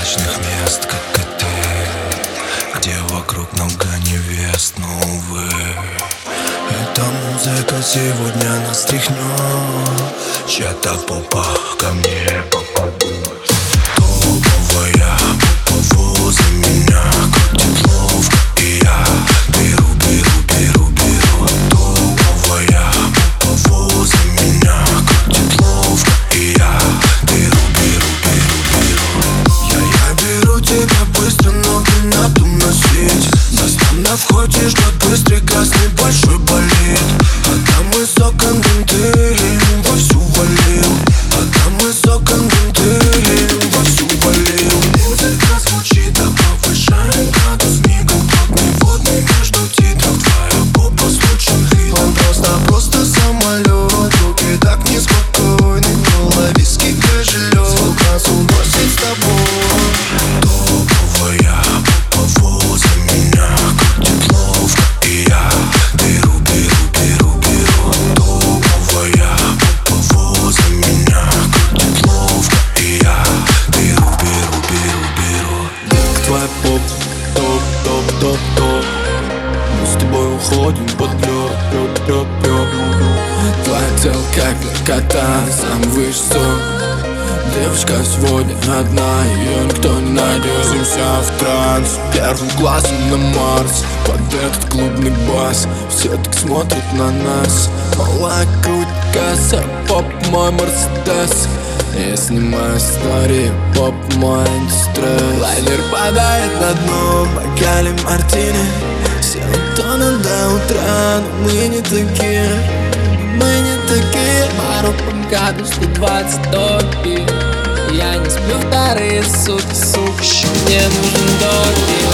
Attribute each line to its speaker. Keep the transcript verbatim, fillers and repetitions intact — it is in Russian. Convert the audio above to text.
Speaker 1: сказочных мест, как и ты, где вокруг много невест, но, увы, эта музыка сегодня нас тряхнет. Чья-то попа ко мне попадет. Топовая попа возле меня крутит ловко, и я беру, беру, беру, беру. Топовая попа возле меня крутит ловко, и я беру, беру, беру, беру. Я, я беру тебя быстро, но ты надо носить. Заставно входишь, ждет быстрый газ, небольшой болит. А там мы с окон дым вовсю валил. А там мы с окон дым вовсю валил. Музыка звучит, а повышаем градус. Мигом плотный водный между титров. Твоя попа случен хит. Он просто, просто самолет. Руки так неспокойны. Было виски, где живет. Звук нас уносит с тобой. Топовая попа возле меня крутит ловко, и я беру, беру, беру, беру. Топовая попа возле меня крутит ловко, и я беру, беру, беру, беру.
Speaker 2: Детка, твоя поп, топ, топ, топ, топ. Мы с тобой уходим под лед, лед, лед, лед. Твоя тело как наркота, самый высший сон. Девочка сегодня одна, ее никто не найдет. Ложимся в транс, первым глазом на Марс. Под этот клубный бас все так смотрят на нас. Малая круть, касса, поп мой Мерседес. Я снимаю истории, поп мой антистресс. Лайнер падает на дно, бокале мартини. Все тонут до утра, но мы не такие. Мы не такие.
Speaker 3: Пару по МКАДу сто двадцать топи. Я не сплю вторые сутки, сука, мне нужен доки.